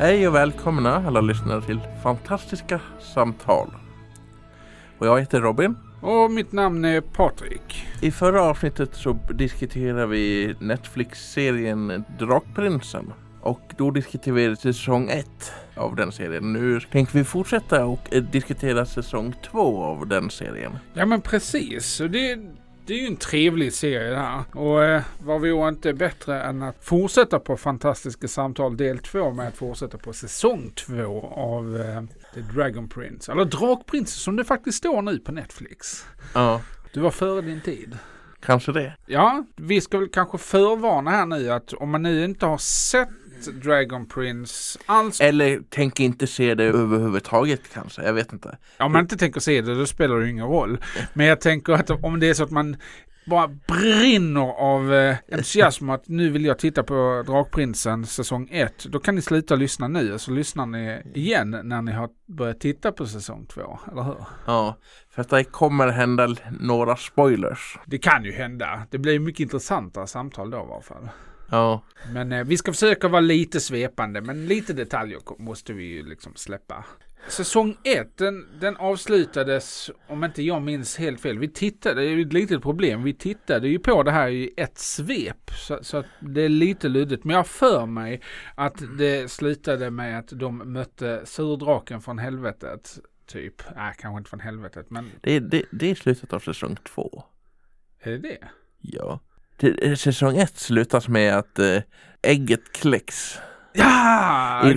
Hej och välkomna alla lyssnare till Fantastiska samtal. Och jag heter Robin. Och mitt namn är Patrik. I förra avsnittet så diskuterade vi Netflix-serien Drakprinsen. Och då diskuterade vi säsong 1 av den serien. Nu tänker vi fortsätta och diskutera säsong 2 av den serien. Ja men precis. Det är ju en trevlig serie det här. Och vad vi inte bättre än att fortsätta på Fantastiska samtal del 2 med att fortsätta på säsong 2 av The Dragon Prince. Eller Drakprinsen som det faktiskt står nu på Netflix. Ja. Du var före din tid. Kanske det. Ja, vi ska väl kanske förvarna här nu att om man nu inte har sett Dragon Prince alls. Eller tänker inte se det överhuvudtaget kanske, jag vet inte. Om man inte tänker se det, då spelar det ingen roll. Men jag tänker att om det är så att man bara brinner av entusiasm att nu vill jag titta på Drakprinsen säsong 1, då kan ni sluta lyssna nu och så lyssnar ni igen när ni har börjat titta på säsong 2, eller hur? Ja, för att det kommer hända några spoilers. Det kan ju hända. Det blir mycket intressanta samtal då i alla fall. Ja. Men vi ska försöka vara lite svepande, men lite detaljer måste vi ju liksom släppa. Säsong 1, den avslutades, om inte jag minns helt fel. Vi tittade, det är ju ett litet problem, vi tittade ju på det här i ett svep. Så att det är lite luddigt. Men jag har för mig att det slutade med att de mötte surdraken från helvetet. Typ, kanske inte från helvetet, men... Det är slutet av säsong 2. Är det? Ja. Säsong 1 slutas med att ägget kläcks. Ja!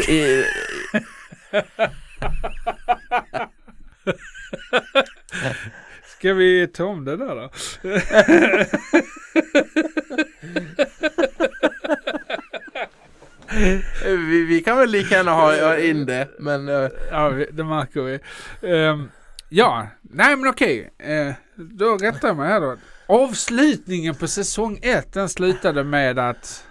Ska vi ta om det där då? vi kan väl lika gärna ha in det, men... Ja, det märker vi. Ja, nej men okej. Då rättar jag mig här då. Avslutningen på säsong 1, den slutade med att...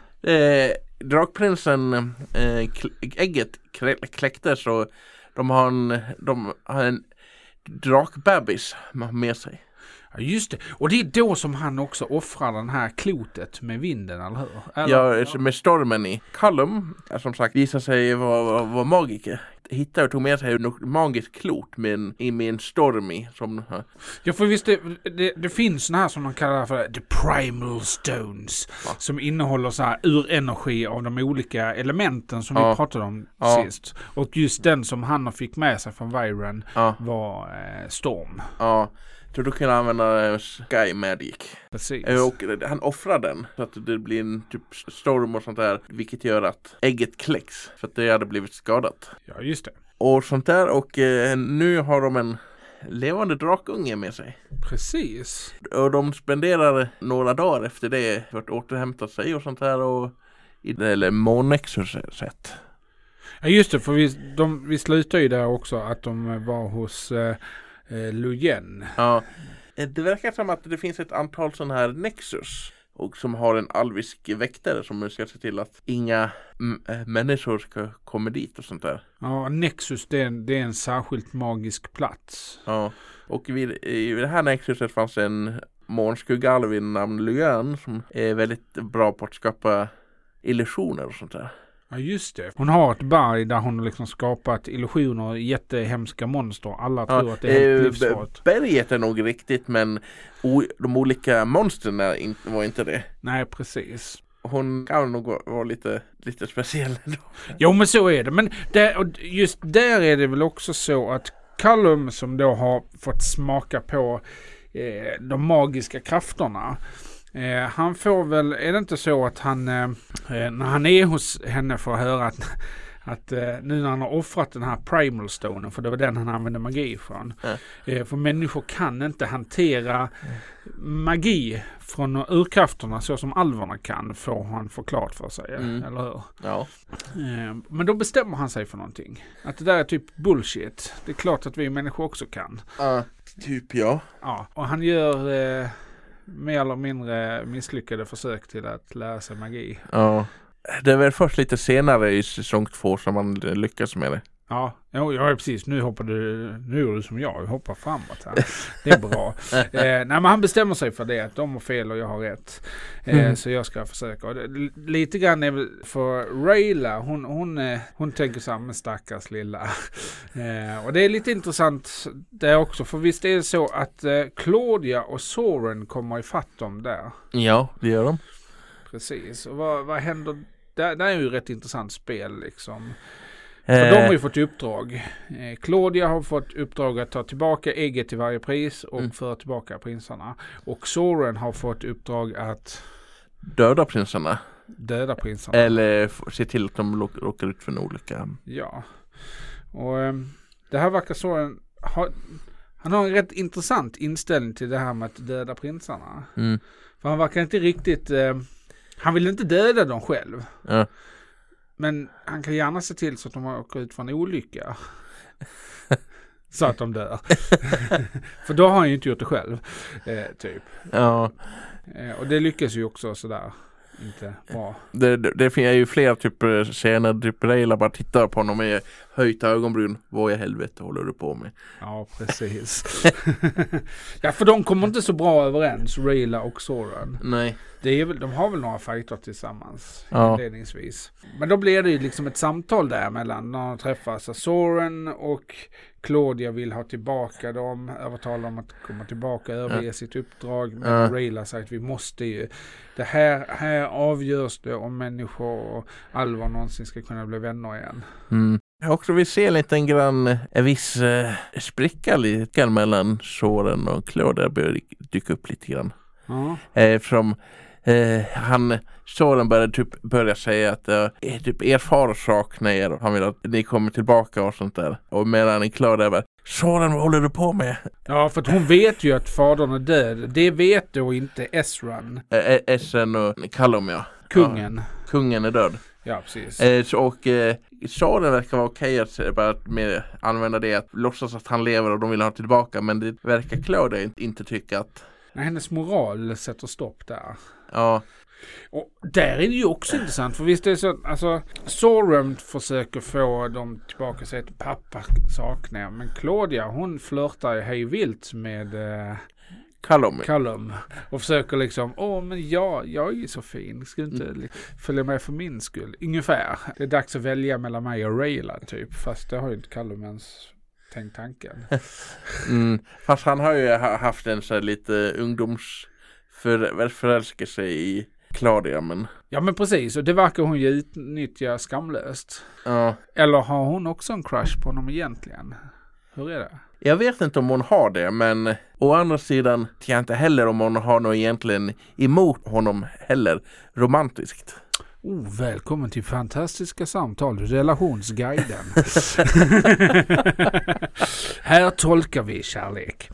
Drakprinsen ägget kläcktes och de har en drakbebis med sig. Ja, just det. Och det är då som han också offrar den här klotet med vinden, eller hur? Ja, med stormen i. Callum, som sagt, visar sig vara magiker. Hittade och tog med sig något magiskt klot med en storm i. Ja, för visst det finns såna här som de kallar för the primal stones. Ja. Som innehåller så här urenergi av de olika elementen som vi pratade om sist. Och just den som han fick med sig från Vyren var storm. Ja. Så då kan han använda Sky Magic. Precis. Och han offrar den så att det blir en typ storm och sånt där. Vilket gör att ägget kläcks. För att det hade blivit skadat. Ja, just det. Och sånt där. Och nu har de en levande drakunge med sig. Precis. Och de spenderar några dagar efter det för att återhämta sig och sånt där. Och eller månexorsätt. Ja, just det. För vi slutar ju där också att de var hos... Lujen. Ja, det verkar som att det finns ett antal sådana här Nexus och som har en alvisk väktare som ska se till att inga människor ska komma dit och sånt där. Ja, Nexus det är en särskilt magisk plats. Ja, och i det här Nexuset fanns en månskuggalv vid namn Lujen som är väldigt bra på att skapa illusioner och sånt där. Ja, just det. Hon har ett berg där hon liksom skapat illusioner, jättehemska monster. Alla tror att det är helt livsfarligt. Berget är nog riktigt, men de olika monstren var inte det. Nej, precis. Hon kan nog vara lite speciell då. Jo, men så är det. Men just där är det väl också så att Callum som då har fått smaka på de magiska krafterna. Han får väl, är det inte så att han när han är hos henne får höra att nu när han har offrat den här primal stonen, för det var den han använde magi från. För människor kan inte hantera magi från urkrafterna så som alverna kan, får han förklarat för sig, eller hur? Ja. Men då bestämmer han sig för någonting. Att det där är typ bullshit. Det är klart att vi människor också kan. Typ ja. Ja, och han gör... mer eller mindre misslyckade försök till att lära sig magi. Ja. Det är väl först lite senare i säsong 2 som man lyckas med det. Ja, precis. Nu är du som jag hoppar framåt här. Det är bra. Nej, men han bestämmer sig för det, att de har fel och jag har rätt. Så jag ska försöka. Och lite grann är väl för Rayla, hon tänker så här, med stackars lilla. Och det är lite intressant där också, för visst är det så att Claudia och Soren kommer ifatt dem där. Ja, det gör de. Precis. Och vad händer? Det är ju ett rätt intressant spel liksom. För de har ju fått uppdrag. Claudia har fått uppdrag att ta tillbaka ägget till varje pris och föra tillbaka prinsarna. Och Soren har fått uppdrag att döda prinsarna. Eller se till att de råkar ut för en olycka. Ja. Och det här verkar Soren han har en rätt intressant inställning till det här med att döda prinsarna. För han verkar inte riktigt han vill inte döda dem själv. Ja. Men han kan gärna se till så att de åker ut för en olycka. Så att de dör. För då har han ju inte gjort det själv. Typ. Ja. Och det lyckas ju också sådär. Inte bra. Det finns ju flera typer scener. Typ Rayla bara tittar på honom med höjt ögonbryn. Vad i helvete håller du på med? Ja, precis. Ja, för de kommer inte så bra överens, Rayla och Soren. Nej. De har väl några fighter tillsammans inledningsvis. Men då blir det ju liksom ett samtal där mellan när de träffas. Soren och Claudia vill ha tillbaka dem, övertala dem att komma tillbaka, överge sitt uppdrag. Men Rayla säger att vi måste ju. Det här avgörs det om människor och alver någonsin ska kunna bli vänner igen. Jag också vill se lite en viss spricka lite mellan Soren och Claudia börjar dyka upp lite grann. Eftersom Soren börjar säga att typ er far saknar er och han vill att ni kommer tillbaka och sånt där. Och medan Claudia bara, Soren, vad håller du på med? Ja, för att hon vet ju att fadern är död. Det vet då inte Ezran. Ezran och Callum, ja. Kungen. Ja, kungen är död. Ja, precis. Soren verkar vara okej att bara med använda det att låtsas att han lever och de vill ha tillbaka. Men det verkar Claudia inte tycka att... Nej, hennes moral sätter stopp där. Ja. Och där är det ju också intressant. För visst är det så att alltså, Soren försöker få dem tillbaka och säga att pappa saknar. Men Claudia, hon flörtar hej vilt med... Callum. Och försöker liksom, men jag är så fin. Ska inte följa med för min skull? Ungefär. Det är dags att välja mellan mig och Rayla typ. Fast det har ju inte Callum ens tänkt tanken. Fast han har ju haft en så lite ungdomsförälskelse i Claudia. Men... Ja, men precis. Och det verkar hon ju utnyttja skamlöst. Ja. Eller har hon också en crush på honom egentligen? Hur är det? Jag vet inte om hon har det, men å andra sidan vet jag inte heller om hon har något egentligen emot honom heller romantiskt. Välkommen till fantastiska samtal, relationsguiden. Här tolkar vi kärlek.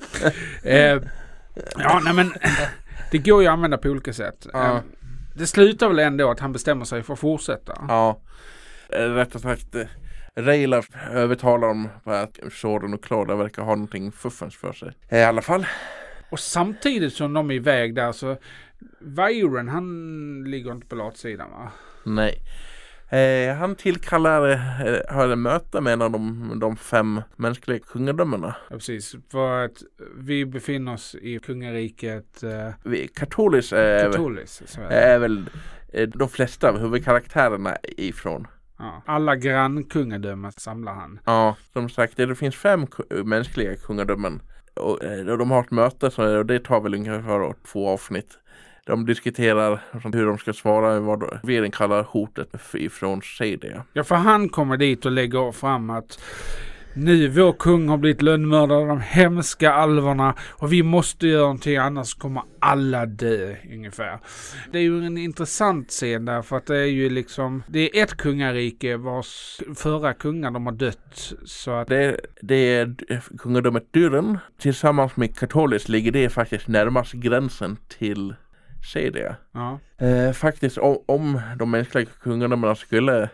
Men det går ju att använda på olika sätt. Det slutar väl ändå att han bestämmer sig för att fortsätta. Ja, rättare sagt... Rayla övertalar om att Soren och Claudia verkar ha någonting fuffens för sig. I alla fall. Och samtidigt som de är iväg där så Viren, han ligger inte på latsidan, va? Nej. Han har en möte med en av de 5 mänskliga kungadömena. Ja, precis. För att vi befinner oss i kungariket... Katolis är väl de flesta huvudkaraktärerna ifrån. Ja. Alla grannkungadömen samlar han. Ja, som sagt, det finns 5 mänskliga kungadömen. Och de har ett möte och det tar väl ungefär 2 avsnitt. De diskuterar hur de ska svara vad Viren kallar hotet ifrån Sadia. Ja, för han kommer dit och lägger fram att nu vår kung har blivit lönnmördare av de hemska alverna och vi måste göra någonting, annars kommer alla dö ungefär. Det är ju en intressant scen där, för att det är ju liksom, det är ett kungarike vars förra kungar de har dött. Så att det är kungadömet Duren tillsammans med Katolis ligger det faktiskt närmast gränsen till Sadia. Ja. Faktiskt om de mänskliga kungadömena skulle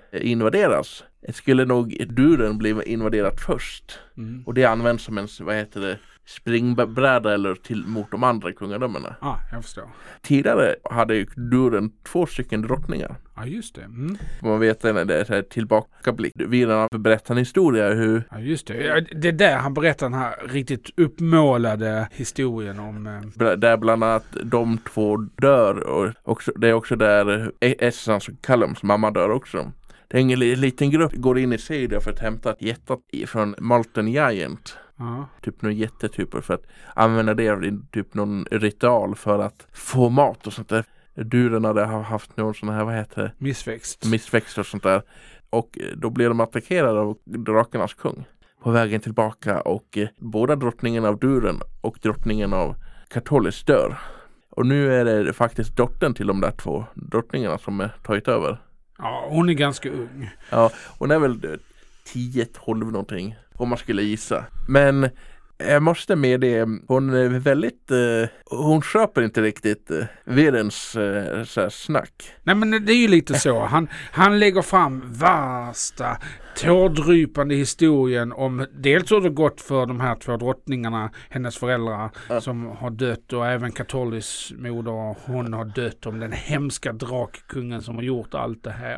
invaderas skulle nog Duren bli invaderat först. Och det används som en, springbräda eller mot de andra kungadömena. Ja, jag förstår. Tidigare hade ju Duren 2 stycken drottningar. Ja, just det. Mm. Man vet när det är så här tillbakablick. Virarna berättar en historia hur... Ja, just det. Ja, det är där han berättar den här riktigt uppmålade historien om... Där bland annat de 2 dör. Och också, det är också där Essans och Callums mamma dör också. Det är en liten grupp går in i Sydia för att hämta ett jätte från Malten Giant. Ja. Typ några jättetyper för att använda det i typ någon ritual för att få mat och sånt där. Duren hade haft någon sån här, vad heter det? Missväxt och sånt där. Och då blir de attackerade av drakarnas kung på vägen tillbaka. Och båda drottningen av Duren och drottningen av Catullus dör. Och nu är det faktiskt dottern till de där 2 drottningarna som är tagit över. Ja, hon är ganska ung. Ja, hon är väl 10-12 någonting om man skulle gissa. Men jag måste med det, hon är väldigt, hon köper inte riktigt Virens snack. Nej, men det är ju lite så. Han lägger fram värsta tårdrypande historien om dels hur det gått för de här 2 drottningarna, hennes föräldrar som har dött, och även Catullus moder, hon har dött, om den hemska drakkungen som har gjort allt det här.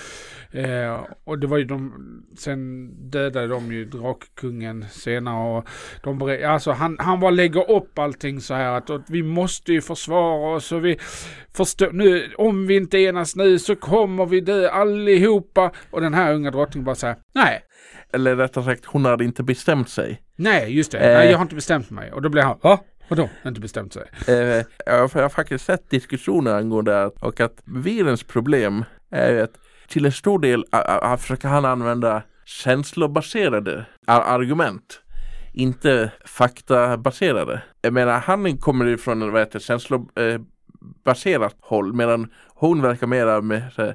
Och det var ju sen dödade de ju drakkungen senare, och alltså han bara lägger upp allting så här att vi måste ju försvara oss, och vi förstår nu, om vi inte enas nu så kommer vi dö allihopa. Och den här unga drottningen bara säger nej. Eller rättare sagt, hon hade inte bestämt sig. Nej, just det. Nej, jag har inte bestämt mig. Och då blir han, vadå? Inte bestämt sig. Jag har faktiskt sett diskussioner angående det, och att Virens problem är ju att till en stor del försöker han använda känslobaserade argument, inte faktabaserade. Jag menar, han kommer ju från känslobaserat håll, medan hon verkar mera med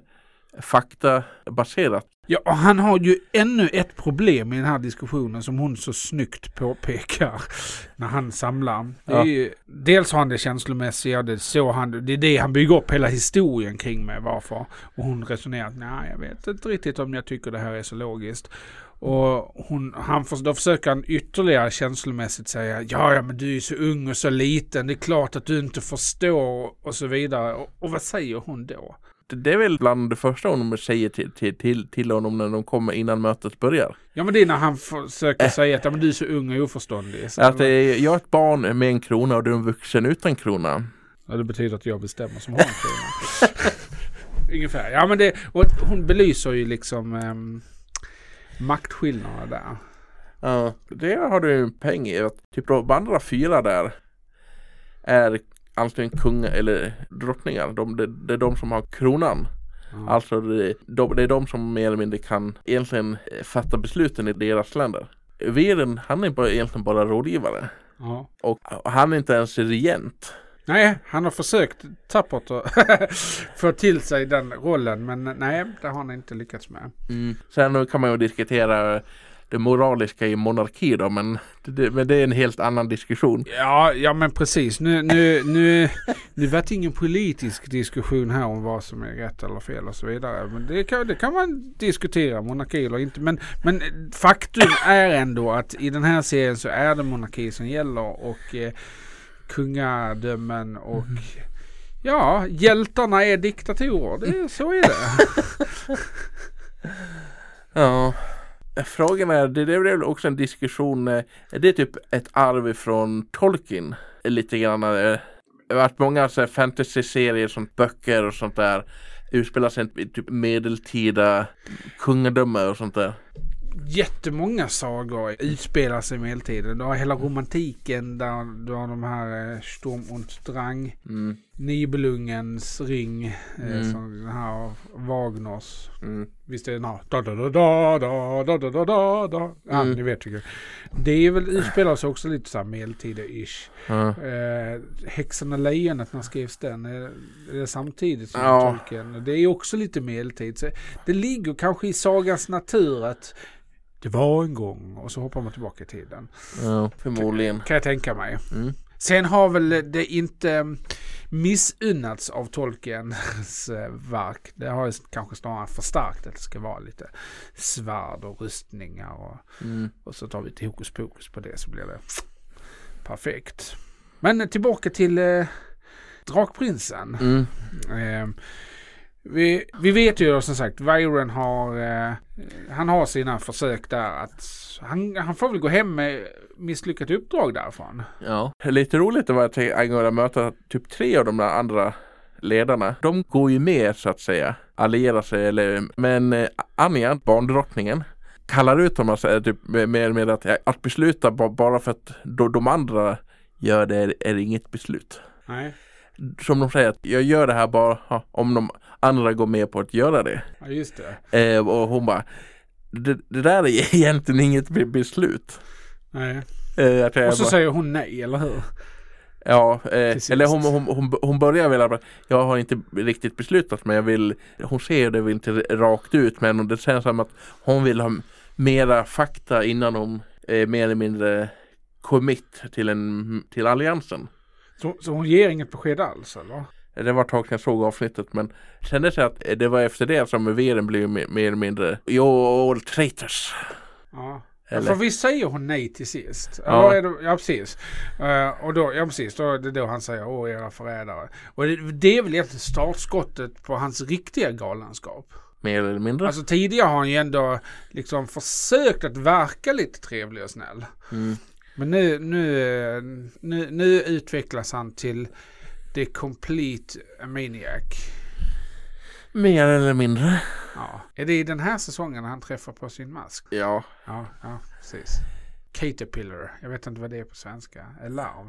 faktabaserat. Ja, och han har ju ännu ett problem i den här diskussionen som hon så snyggt påpekar när han samlar. Det är ju, dels har han det känslomässiga, det är det han bygger upp hela historien kring med varför. Och hon resonerar att nej, jag vet inte riktigt om jag tycker det här är så logiskt. Och då försöker han ytterligare känslomässigt säga ja men du är så ung och så liten, det är klart att du inte förstår och så vidare. Och vad säger hon då? Det är väl bland det första hon säger till honom när de kommer innan mötet börjar. Ja, men det är när han försöker säga att men du är så ung och oförståndig. Att jag är ett barn med en krona och du är en vuxen utan krona. Ja, det betyder att jag bestämmer som har en krona. Ungefär. Ja, men hon belyser ju liksom maktskillnader där. Ja, det har du en peng i. Typ de andra 4 där är antingen kungar eller drottningar. Det är de som har kronan. Alltså det är de som mer eller mindre kan egentligen fatta besluten i deras länder. Viren, han är egentligen bara rådgivare. Ja. Och han är inte ens regent. Nej, han har försökt tappert att få till sig den rollen, men nej, det har han inte lyckats med. Sen kan man ju diskutera det moraliska i monarki då, men det är en helt annan diskussion. Ja men precis. Nu var det ingen politisk diskussion här om vad som är rätt eller fel och så vidare. Men det kan man diskutera, monarki eller inte. Men faktum är ändå att i den här serien så är det monarki som gäller, och kungadömen och ja, hjältarna är diktatorer. Så är det. Ja. Frågan är, det är väl också en diskussion, det är typ ett arv från Tolkien lite grann. Det har varit många fantasy-serier som böcker och sånt där utspelar sig i typ medeltida kungadöme och sånt där. Jättemånga sagor utspelar sig i medeltiden. Du har hela romantiken där du har de här Sturm und Drang, Nibelungens ring, som den här Wagners. Visst är det den här ni vet ju. Det är väl utspelar sig också lite så här medeltida-ish. Häxan och lejonet, när skrevs den? Är det samtidigt som Tolkien? Det är också lite medeltid. Så det ligger kanske i sagans natur att det var en gång, och så hoppar man tillbaka i tiden. Ja, förmodligen. Kan jag tänka mig. Sen har väl det inte missunnats av Tolkiens verk. Det har ju kanske snarare förstärkt att det ska vara lite svärd och rustningar och så tar vi till hokus pokus på det, så blir det Perfekt. Men tillbaka till Drakprinsen. Vi vet ju som sagt, Viren han har sina försök där att han får väl gå hem med misslyckat uppdrag därifrån. Ja, lite roligt det var att angående att möta typ 3 av de där andra ledarna. De går ju med så att säga, allierar sig, men Anja, barndrottningen, kallar ut dem typ med att besluta bara för att de andra gör det är inget beslut. Nej. Som de säger, att jag gör det här bara om de andra går med på att göra det. Ja, just det. Och hon bara, det där är egentligen inget beslut. Nej. Och så säger hon nej, eller hur? Ja, eller hon börjar väl, jag har inte riktigt beslutat, men hon ser det väl inte rakt ut, men det känns som att hon vill ha mera fakta innan hon mer eller mindre commit till alliansen. Så hon ger inget besked alls, eller? Det var ett tag sedan jag såg avsnittet, men kände sig att det var efter det som Viren blev mer eller mindre all traitors. Ja. För vi säger hon nej till sist. Ja, ja precis. Och då, ja precis, då är det då han säger era förrädare. Och det är väl egentligen startskottet på hans riktiga galenskap. Mer eller mindre. Alltså tidigare har han ju ändå liksom försökt att verka lite trevlig och snäll. Men nu utvecklas han till the complete maniac. Mer eller mindre. Ja. Är det i den här säsongen han träffar på sin mask? Ja. Ja, precis. Caterpillar. Jag vet inte vad det är på svenska. Larv.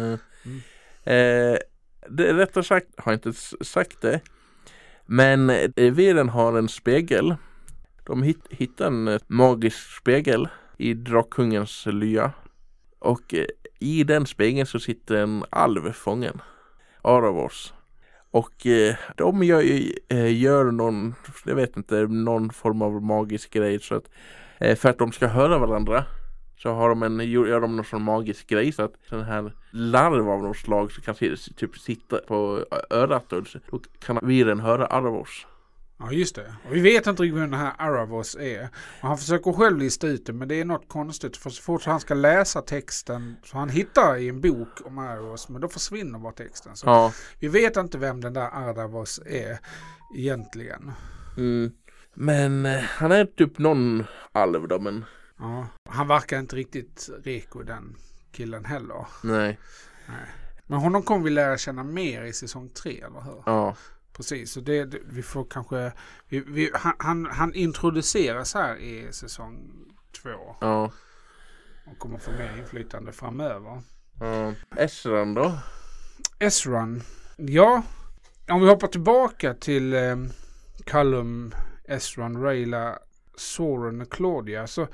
Det rättare sagt har jag inte sagt det. Men Viren har en spegel. De hittar en magisk spegel i drakkungens lya. Och i den spegeln så sitter en alv fången. Aravos. Och de gör någon, jag vet inte, någon form av magisk grej så att för att de ska höra varandra så har gör de någon sån magisk grej så att den här larv av något slag så kan typ sitta på örat och då kan Viren höra Aravos. Ja, just det. Och vi vet inte riktigt vem den här Aravos är. Och han försöker själv lista ut det, men det är något konstigt. För så fort han ska läsa texten, så han hittar i en bok om Aravos, men då försvinner bara texten. Så vi vet inte vem den där Aravos är egentligen. Men han är typ någon alv då, men... Ja, han verkar inte riktigt Reko, den killen heller. Nej. Men honom kommer vi lära känna mer i säsong 3, eller hur? Ja. Precis, så vi får kanske... Han introduceras här i säsong 2. Ja. Och kommer få mer inflytande framöver. Ezran då? Ezran. Ja, om vi hoppar tillbaka till Callum, Ezran, Rayla, Soren och Claudia. Så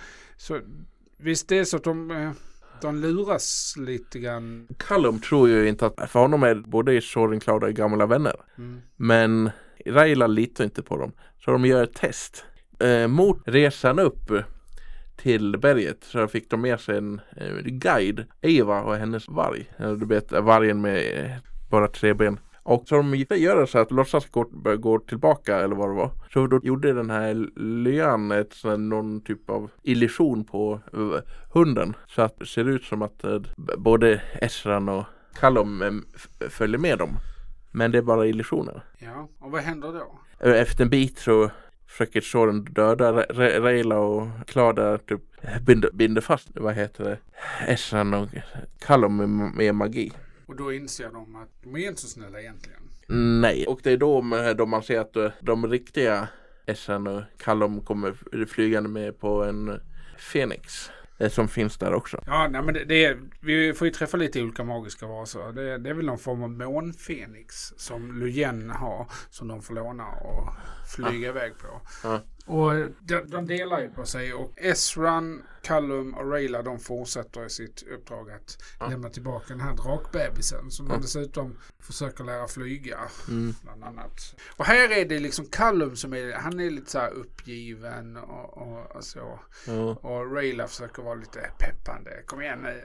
visst det är så att de luras lite grann. Callum tror ju inte att för honom är både Soren och Claudia gamla vänner. Men Rayla litar inte på dem. Så de gör ett test. Mot resan upp till berget så fick de med sig en guide. Eva och hennes varg. Du vet, vargen med bara 3 ben. Och så de gör det så att låtsas gå tillbaka eller vad det var. Så då gjorde den här lyan någon typ av illusion på hunden. Så att det ser ut som att både Ezran och Callum följer med dem. Men det är bara illusioner. Ja, och vad händer då? Efter en bit så försöker Soren döda Rayla och Claudia typ binder fast, vad heter det, Ezran och Callum med magi. Och då inser de att de är inte så snälla egentligen. Nej, och det är då man ser att de riktiga Ezran och Callum kommer flygande med på en Fenix som finns där också. Ja, nej, men vi får ju träffa lite olika magiska varelser. Det är väl någon form av månfenix som Luyen har som de får låna och flyga iväg på. Ja. Och de delar ju på sig och Ezran, Callum och Rayla de fortsätter i sitt uppdrag att lämna tillbaka den här drakbebisen som de dessutom försöker lära flyga bland annat. Och här är det liksom Callum som han är lite så här uppgiven och så. Och Rayla försöker vara lite peppande. Kom igen nu,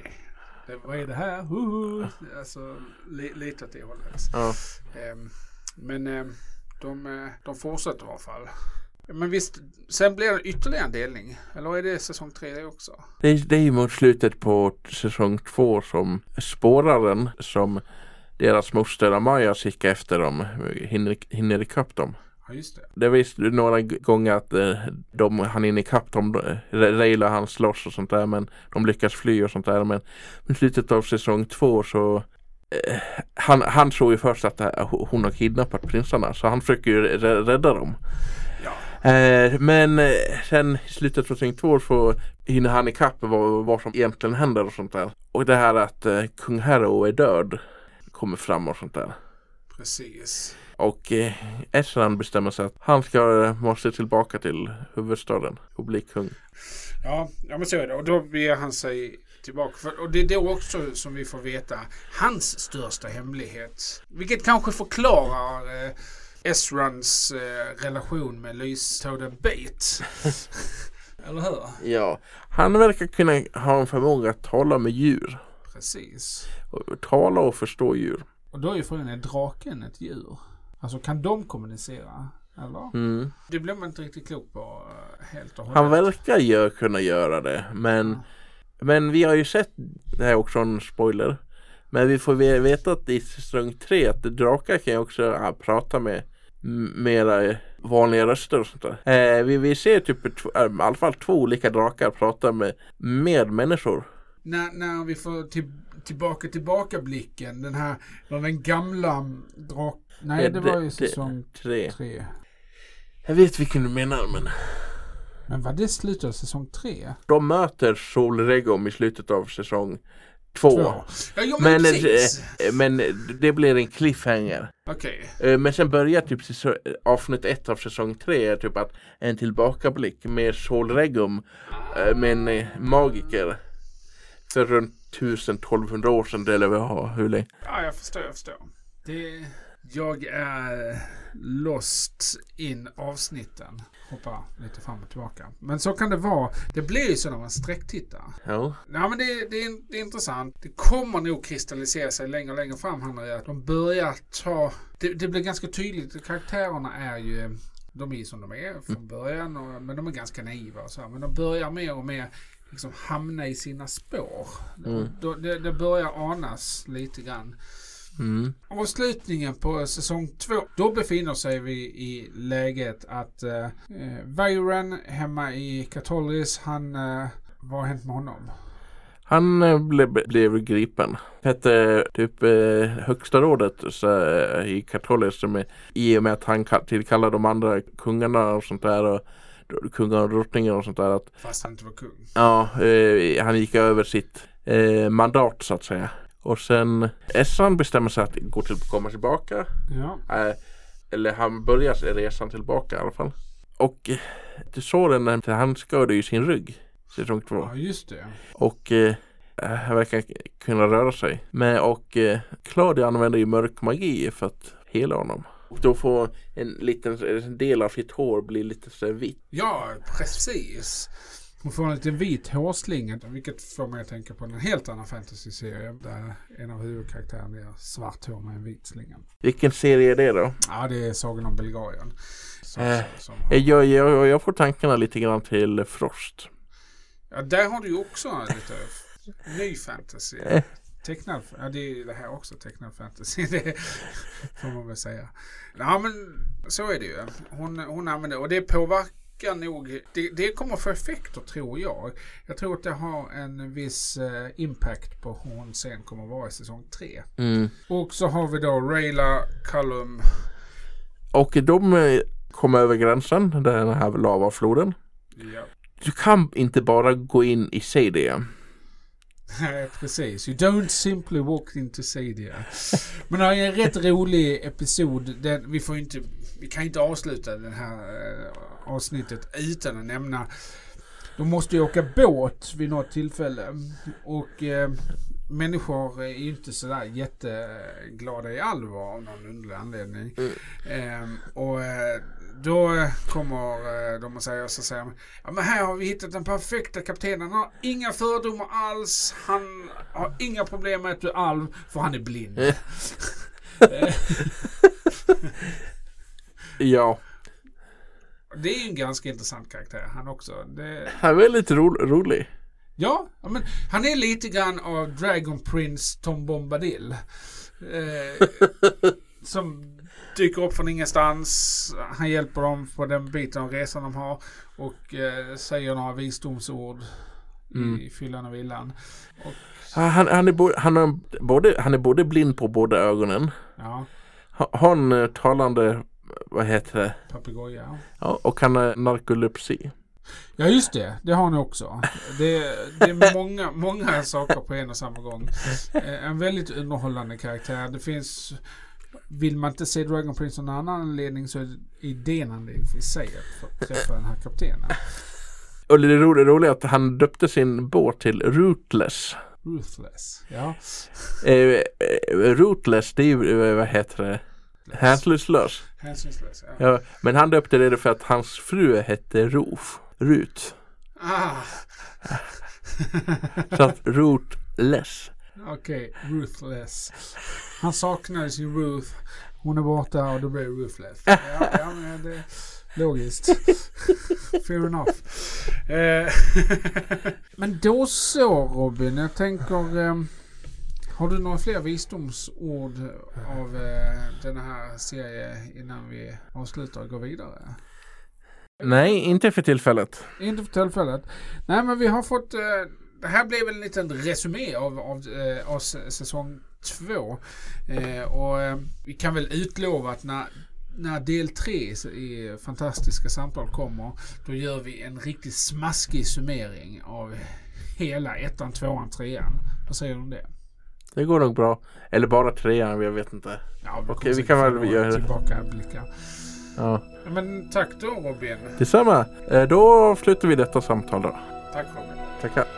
vad är det här? Alltså lite åt det hållet. Men de fortsätter i alla fall. Men visst, sen blir det ytterligare en delning. Eller är det säsong 3 också? Det är ju mot slutet på säsong 2 som spåraren som deras moster Amaya skickar efter dem hinner ikapp dem. Ja, just det. Det visst några gånger att han hinner ikapp dem, Rayla han slåss och sånt där, men de lyckas fly och sånt där. Men i slutet av säsong 2 så han tror ju först att hon har kidnappat prinsarna, så han försöker ju rädda dem. Ja. Men sen i slutet av säsong 2 så hinner han ikapp vad som egentligen händer och sånt där. Och det här att kung Harrow är död kommer fram och sånt där. Precis. Och Ezran bestämmer sig att han måste tillbaka till huvudstaden och bli kung. Ja, men så är det. Och då beger han sig tillbaka. Och det är då också som vi får veta hans största hemlighet. Vilket kanske förklarar Ezrans relation med lystoden Bait. Eller hur? Ja, han verkar kunna ha en förmåga att tala med djur. Precis. Och tala och förstå djur. Och då är ju frågan, är draken ett djur? Alltså kan de kommunicera? Eller? Mm. Det blir man inte riktigt klok på helt och hållet. Han verkar kunna göra det. Men vi har ju sett, det här är också en spoiler, men vi får veta att i säsong 3 att drakar kan ju också prata med mera vanliga röster och sånt där. Vi ser typ i alla fall 2 olika drakar prata med människor. När vi får tillbaka blicken, den gamla drak... Nej, det var ju säsong 3. Jag vet vilken du menar, Men var det slutet av säsong 3? De möter Solregum i slutet av säsong 2. Ja, men det blir en cliffhanger. Okej. Men sen börjar typ avsnitt 1 av säsong 3 typ att en tillbakablick med Solregum med en magiker för runt 1000-1200 år sedan, det eller vi har hur länge. Ja, jag förstår. Jag är lost in avsnitten. Hoppar lite fram och tillbaka. Men så kan det vara. Det blir ju så när man sträcktittar. Ja. Ja, men det är intressant. Det kommer nog kristallisera sig längre och längre fram här nu. Att de börjar ta... Det blir ganska tydligt. Karaktärerna är ju... De är som de är från början. Men de är ganska naiva och så. Men de börjar mer och mer liksom hamna i sina spår. Det börjar anas lite grann. Avslutningen på säsong 2, då befinner sig vi i läget att Viren hemma i Katolis, vad har hänt med honom? Han blev gripen. Hette typ högsta rådet i Katolis, i och med att han tillkallade de andra kungarna och sånt där, och kungar och drottningar och sånt där. Fast han inte var kung. Ja, han gick över sitt mandat så att säga. Och sen Ezran bestämmer sig att komma tillbaka. Ja. Eller han börjar resan tillbaka i alla fall. Och till såren, han skadade ju sin rygg säsong 2. Ja, just det. Och han verkar kunna röra sig. Och Claudia använder ju mörk magi för att hela honom. Och då får en del av sitt hår bli lite så vitt. Ja, precis. Hon får en liten vit hårslinga, vilket får mig att tänka på en helt annan fantasy-serie där en av huvudkaraktärerna är svart hår med en vit slinga. Vilken serie är det då? Ja, det är Sagan om Belgarien. Jag får tankarna lite grann till Frost. Ja, där har du ju också lite ny fantasy. Tecknad, ja, det är det här också tecknad fantasy, det får man väl säga. Ja, men så är det ju. Hon använder, och det påverkar nog, det kommer få effekter tror jag. Jag tror att det har en viss impact på hur hon sen kommer vara i säsong 3. Och så har vi då Rayla, Callum. Och de kommer över gränsen, den här lavafloden. Ja. Du kan inte bara gå in i Sadia. Nej, precis. You don't simply walk into Sadia. Men det är en rätt rolig episod. Vi kan inte avsluta det här avsnittet utan att nämna. De måste ju åka båt vid något tillfälle. Och människor är ju inte sådär jätteglada i allvar av någon underlig anledning. Då kommer de och säger så säger ja, men här har vi hittat den perfekta kaptenen. Han har inga fördomar alls. Han har inga problem med att du är alv, för han är blind. Ja. Det är ju en ganska intressant karaktär han också. Han är väldigt rolig. Ja, men han är lite grann av Dragon Prince Tom Bombadil. Som dyker upp från ingenstans. Han hjälper dem på den biten av resan de har. Och säger några visdomsord i fyllan och villan. Och han är både blind på båda ögonen. ja. Har en talande, vad heter det? Papegoja. Ja, och han har narkolepsi. Ja, just det. Det har ni också. Det är många saker på en och samma gång. En väldigt underhållande karaktär. Det finns... Vill man inte se Dragon Prince av någon annan anledning så är idén anledning för sig att träffa den här kaptenen. Och det roliga är att han döpte sin båt till Rootless. Ruthless, ja. Rootless, det är ju, vad heter det? Hänsynslös. Hänsynslös, ja. Ja. Men han döpte det för att hans fru hette Rut. Så att Rootless. Okej, Ruthless. Han saknade sin Ruth. Hon är borta och då blir det Ruthless. Ja, men det är logiskt. Fair enough. Men då så, Robin. Jag tänker... har du några fler visdomsord av den här serien innan vi avslutar och går vidare? Nej, inte för tillfället. Inte för tillfället. Nej, men vi har fått... det här blev en liten resumé av säsong 2. Och vi kan väl utlova att när del 3 i Fantastiska samtal kommer, då gör vi en riktigt smaskig summering av hela 1:an, 2:an, 3:an. Vad säger du om det? Det går nog bra. Eller bara 3:an, jag vet inte. Ja, okej, vi kan väl göra det. Tillbaka blickar. Ja. Men tack då, Robin. Detsamma. Då slutar vi detta samtal då. Tack, Robin. Tackar.